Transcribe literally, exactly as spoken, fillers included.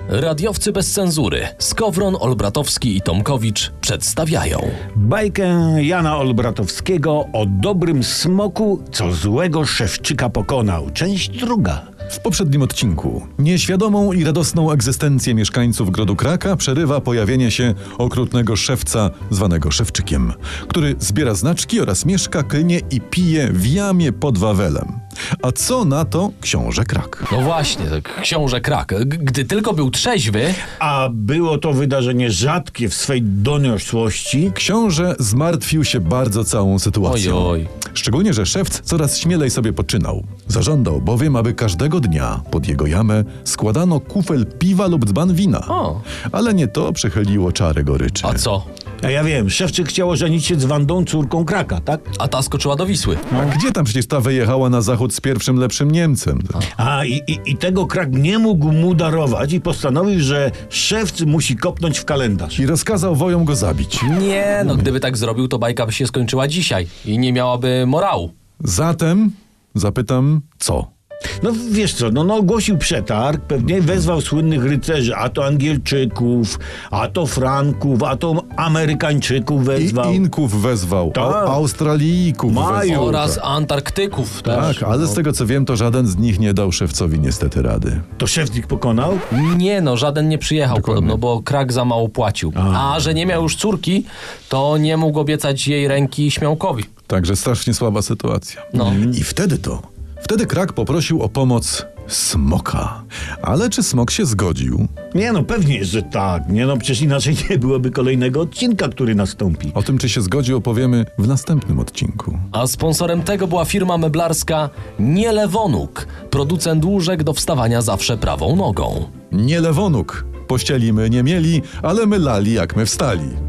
Radiowcy bez cenzury, Skowron, Olbratowski i Tomkowicz przedstawiają Bajkę Jana Olbratowskiego o dobrym smoku, co złego szewczyka pokonał. Część druga. W poprzednim odcinku nieświadomą i radosną egzystencję mieszkańców Grodu Kraka przerywa pojawienie się okrutnego szewca zwanego Szewczykiem, który zbiera znaczki oraz mieszka, klnie i pije w jamie pod Wawelem. A co na to książę Krak? No właśnie, książę Krak. G- gdy tylko był trzeźwy... A było to wydarzenie rzadkie w swej doniosłości. Książę zmartwił się bardzo całą sytuacją. Oj, oj. Szczególnie, że szewc coraz śmielej sobie poczynał. Zażądał bowiem, aby każdego dnia pod jego jamę składano kufel piwa lub dzban wina. O. Ale nie to przechyliło czarę goryczy. A co? A ja wiem, Szewczyk chciał ożenić się z Wandą, córką Kraka, tak? A ta skoczyła do Wisły. A gdzie tam przecież ta wyjechała na zachód z pierwszym lepszym Niemcem? A i, i, i tego Krak nie mógł mu darować i postanowił, że szewc musi kopnąć w kalendarz. I rozkazał wojom go zabić. Nie, no gdyby tak zrobił, to bajka by się skończyła dzisiaj i nie miałaby morału. Zatem zapytam, co? No wiesz co, no, no ogłosił przetarg, pewnie wezwał słynnych rycerzy, a to Angielczyków, a to Franków, a to Amerykańczyków wezwał. I Inków wezwał, Tak. a Australijków Maju. wezwał. Oraz Antarktyków też. Tak, ale z tego co wiem, to żaden z nich nie dał szewcowi niestety rady. To szewc ich pokonał? Nie no, żaden nie przyjechał Dokładnie. podobno, bo Krak za mało płacił. A. A że nie miał już córki, to nie mógł obiecać jej ręki Śmiałkowi. Także strasznie słaba sytuacja. No. I wtedy to, wtedy Krak poprosił o pomoc smoka. Ale czy smok się zgodził? Nie no, pewnie, że tak. Nie no, przecież inaczej nie byłoby kolejnego odcinka, który nastąpi. O tym, czy się zgodził, opowiemy w następnym odcinku. A sponsorem tego była firma meblarska Nie Lewonuk, producent łóżek do wstawania zawsze prawą nogą. Nie lewonóg. Pościeli my nie mieli, ale my lali jak my wstali.